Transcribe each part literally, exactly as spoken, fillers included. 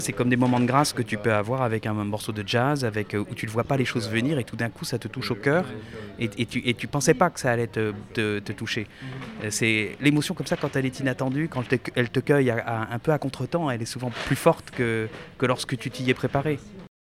C'est comme des moments de grâce que tu peux avoir avec un morceau de jazz, avec, où tu ne vois pas les choses venir et tout d'un coup ça te touche au cœur et, et tu ne pensais pas que ça allait te, te, te toucher. C'est l'émotion comme ça quand elle est inattendue, quand elle te, elle te cueille à, à, un peu à contre-temps, elle est souvent plus forte que, que lorsque tu t'y es préparé.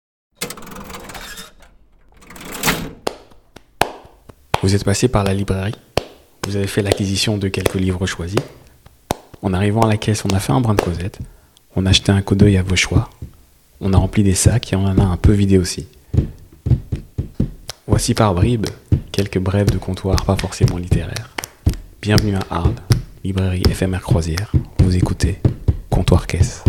Vous êtes passé par la librairie, vous avez fait l'acquisition de quelques livres choisis. En arrivant à la caisse, on a fait un brin de causette. On a jeté un coup d'œil à vos choix. On a rempli des sacs et on en a un peu vidé aussi. Voici par bribes quelques brèves de comptoir pas forcément littéraires. Bienvenue à Arles, librairie éphémère croisière. Vous écoutez Comptoir Caisse.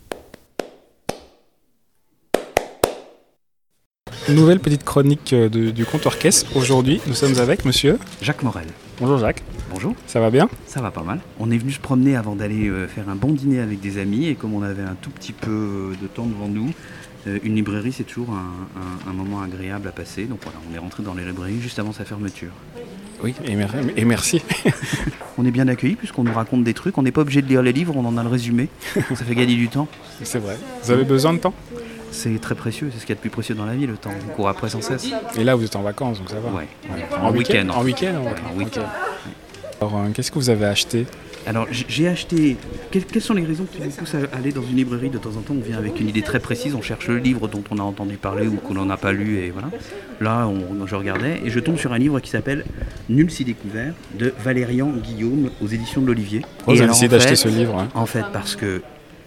Nouvelle petite chronique de, du Comptoir Caisse. Aujourd'hui, nous sommes avec monsieur Jacques Morel. Bonjour Jacques. Bonjour. Ça va bien ? Ça va pas mal. On est venu se promener avant d'aller euh, faire un bon dîner avec des amis et comme on avait un tout petit peu euh, de temps devant nous, euh, une librairie c'est toujours un, un, un moment agréable à passer. Donc voilà, on est rentré dans les librairies juste avant sa fermeture. Oui, et, mer- et merci. On est bien accueillis puisqu'on nous raconte des trucs. On n'est pas obligé de lire les livres, on en a le résumé. Ça fait gagner du temps. C'est vrai. Vous avez besoin de temps ? C'est très précieux, c'est ce qu'il y a de plus précieux dans la vie, le temps. On court après sans cesse. Et là, vous êtes en vacances, donc ça va. Ouais. Ouais. En, en week-end. En week-end, en ouais, en week-end. Okay. Alors, euh, qu'est-ce que vous avez acheté ? Alors, j'ai acheté... Quelles, quelles sont les raisons qui vous poussent à aller dans une librairie ? De temps en temps, on vient avec une idée très précise, on cherche le livre dont on a entendu parler ou qu'on n'en a pas lu, et voilà. Là, on, je regardais, et je tombe sur un livre qui s'appelle « Nul si découvert » de Valérian Guillaume, aux éditions de l'Olivier. Vous avez essayé d'acheter ce livre hein. En fait, parce que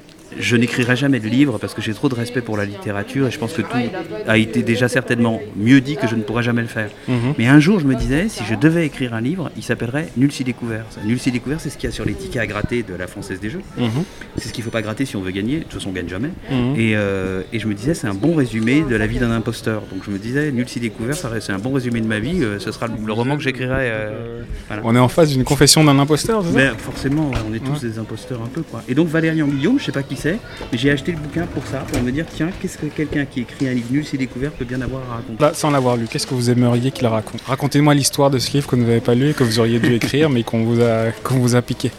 je n'écrirai jamais de livre parce que j'ai trop de respect pour la littérature et je pense que tout a été déjà certainement mieux dit que je ne pourrai jamais le faire. Mmh. Mais un jour, je me disais, si je devais écrire un livre, il s'appellerait Nul si découvert. Nul si découvert, c'est ce qu'il y a sur les tickets à gratter de la Française des Jeux. Mmh. C'est ce qu'il ne faut pas gratter si on veut gagner. De toute façon, on ne gagne jamais. Mmh. Et, euh, et je me disais, c'est un bon résumé de la vie d'un imposteur. Donc je me disais, Nul si découvert, c'est un bon résumé de ma vie. Euh, ce sera le, le roman que j'écrirai. Euh, voilà. On est en face d'une confession d'un imposteur, c'est ça ? Ben, forcément, on est tous ouais. des imposteurs un peu. Quoi. Et donc Valérian Guillaume, je ne sais pas qui c'est, mais j'ai acheté le bouquin pour ça, pour me dire tiens, qu'est-ce que quelqu'un qui écrit un livre nul si découvert peut bien avoir à raconter. Là, sans l'avoir lu, qu'est-ce que vous aimeriez qu'il raconte ? Racontez-moi l'histoire de ce livre que vous n'avez pas lu et que vous auriez dû écrire, mais qu'on vous a, qu'on vous a piqué.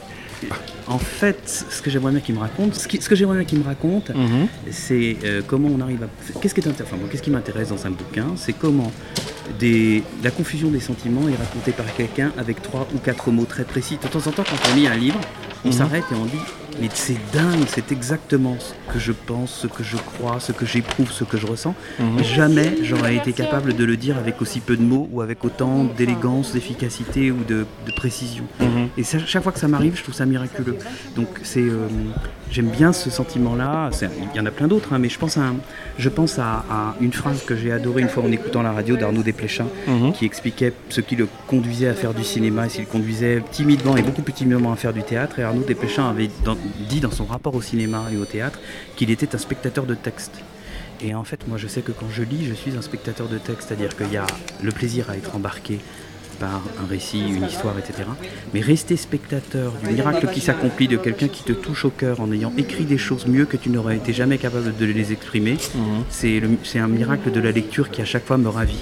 En fait, ce que j'aimerais bien qu'il me raconte, ce, qui, ce que j'aimerais bien qu'il me raconte, mmh. c'est euh, comment on arrive à. Qu'est-ce qui, est, enfin, bon, qu'est-ce qui m'intéresse dans un bouquin, c'est comment des, la confusion des sentiments est racontée par quelqu'un avec trois ou quatre mots très précis. De temps en temps, quand on lit un livre, on mmh. s'arrête et on dit mais c'est dingue, c'est exactement ce que je pense, ce que je crois, ce que j'éprouve, ce que je ressens. Mmh. Jamais j'aurais été capable de le dire avec aussi peu de mots ou avec autant d'élégance, d'efficacité ou de, de précision. Mmh. Et ça, chaque fois que ça m'arrive, je trouve ça miraculeux. Donc c'est, euh, j'aime bien ce sentiment-là. C'est, il y en a plein d'autres, hein, mais je pense à, un, je pense à, à une phrase que j'ai adorée une fois en écoutant la radio d'Arnaud Desplechin, mmh. qui expliquait ce qui le conduisait à faire du cinéma et ce qui le conduisait timidement et beaucoup plus timidement à faire du théâtre. Et Arnaud Desplechin avait dans, dit dans son rapport au cinéma et au théâtre qu'il était un spectateur de texte. Et en fait, moi, je sais que quand je lis, je suis un spectateur de texte, c'est-à-dire qu'il y a le plaisir à être embarqué par un récit, une histoire, et cetera. Mais rester spectateur du miracle qui s'accomplit, de quelqu'un qui te touche au cœur en ayant écrit des choses mieux que tu n'aurais été jamais capable de les exprimer, mmh. c'est, le, c'est un miracle de la lecture qui à chaque fois me ravit.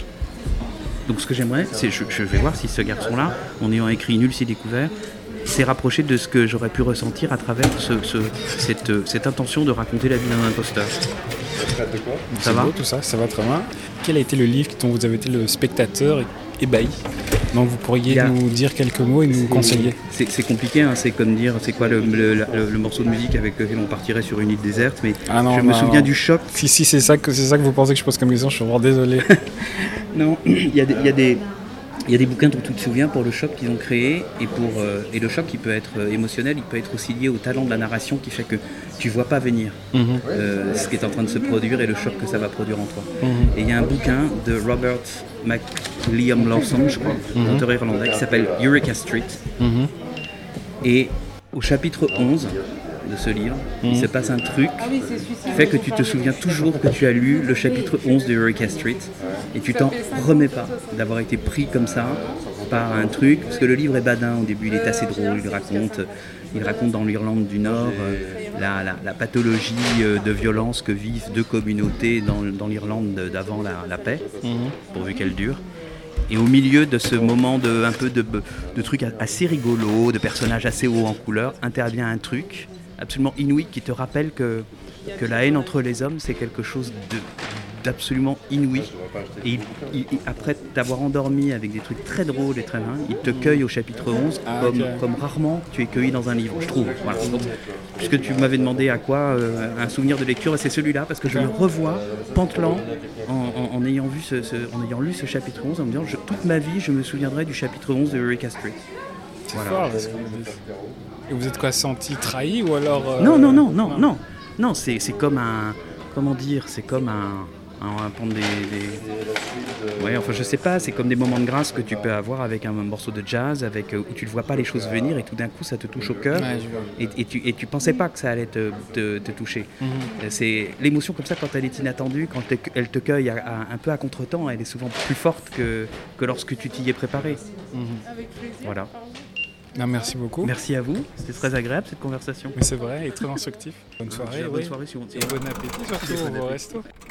Donc ce que j'aimerais, c'est je, je vais voir si ce garçon-là, en ayant écrit Nul si découvert, s'est rapproché de ce que j'aurais pu ressentir à travers ce, ce, cette, cette intention de raconter la vie d'un imposteur. De quoi ? Ça va ? Beau, tout ça, ça va très bien. Quel a été le livre dont vous avez été le spectateur ébahi ? Donc vous pourriez a... nous dire quelques mots et nous c'est, conseiller. C'est, c'est compliqué, hein, c'est comme dire, c'est quoi le, le, le, le morceau de musique avec lequel on partirait sur une île déserte, mais ah non, je me non, souviens non. du choc. Si, si c'est ça, que, c'est ça que vous pensez que je pose comme question, je suis vraiment désolé. Non, il y a des... Y a des... Il y a des bouquins dont tu te souviens pour le choc qu'ils ont créé et, pour, euh, et le choc il peut être euh, émotionnel, il peut être aussi lié au talent de la narration qui fait que tu ne vois pas venir mm-hmm. euh, ce qui est en train de se produire et le choc que ça va produire en toi. Mm-hmm. Et il y a un bouquin de Robert McLiam Lawson, je crois, mm-hmm. auteur irlandais, qui s'appelle Eureka Street. Mm-hmm. Et au chapitre onze de ce livre, mmh. il se passe un truc qui fait que tu te souviens toujours que tu as lu le chapitre onze de Eureka Street et tu t'en remets pas d'avoir été pris comme ça par un truc, parce que le livre est badin au début, il est assez drôle, il raconte, il raconte dans l'Irlande du Nord euh, la, la, la pathologie euh, de violence que vivent deux communautés dans, dans l'Irlande d'avant la, la paix, mmh. pourvu qu'elle dure. Et au milieu de ce moment de, un peu de, de trucs assez rigolos, de personnages assez hauts en couleur, intervient un truc absolument inouïe qui te rappelle que, que la haine entre les hommes, c'est quelque chose de, d'absolument inouï. Et il, il, il, après t'avoir endormi avec des trucs très drôles et très vains, il te cueille au chapitre onze Ah, comme, okay. comme rarement tu es cueilli dans un livre, je trouve. Voilà. Donc, puisque tu m'avais demandé à quoi euh, un souvenir de lecture, et c'est celui-là, parce que je le revois pantelant en, en, en, ayant, vu ce, ce, en ayant lu ce chapitre onze, en me disant je, toute ma vie je me souviendrai du chapitre onze de Eureka Street. C'est Voilà. fort, parce que vous dites. Et vous êtes quoi, senti trahi ou alors euh... Non, non, non, non, non, non, c'est, c'est comme un, comment dire, c'est comme un, un, un des, des... ouais, enfin je sais pas, c'est comme des moments de grâce que tu peux avoir avec un, un morceau de jazz, avec où tu ne vois pas les choses venir et tout d'un coup ça te touche au cœur, ouais, je vois. et, et tu et tu pensais pas que ça allait te, te, te toucher. Mm-hmm. C'est l'émotion comme ça quand elle est inattendue, quand te, elle te cueille à, à, un peu à contretemps, elle est souvent plus forte que que lorsque tu t'y es préparé. Mm-hmm. Avec plaisir. Voilà. Non, merci beaucoup. Merci à vous, c'était très agréable cette conversation. Mais c'est vrai, et très instructif. Bonne soirée, bonne oui. soirée si on Et bon appétit surtout au resto.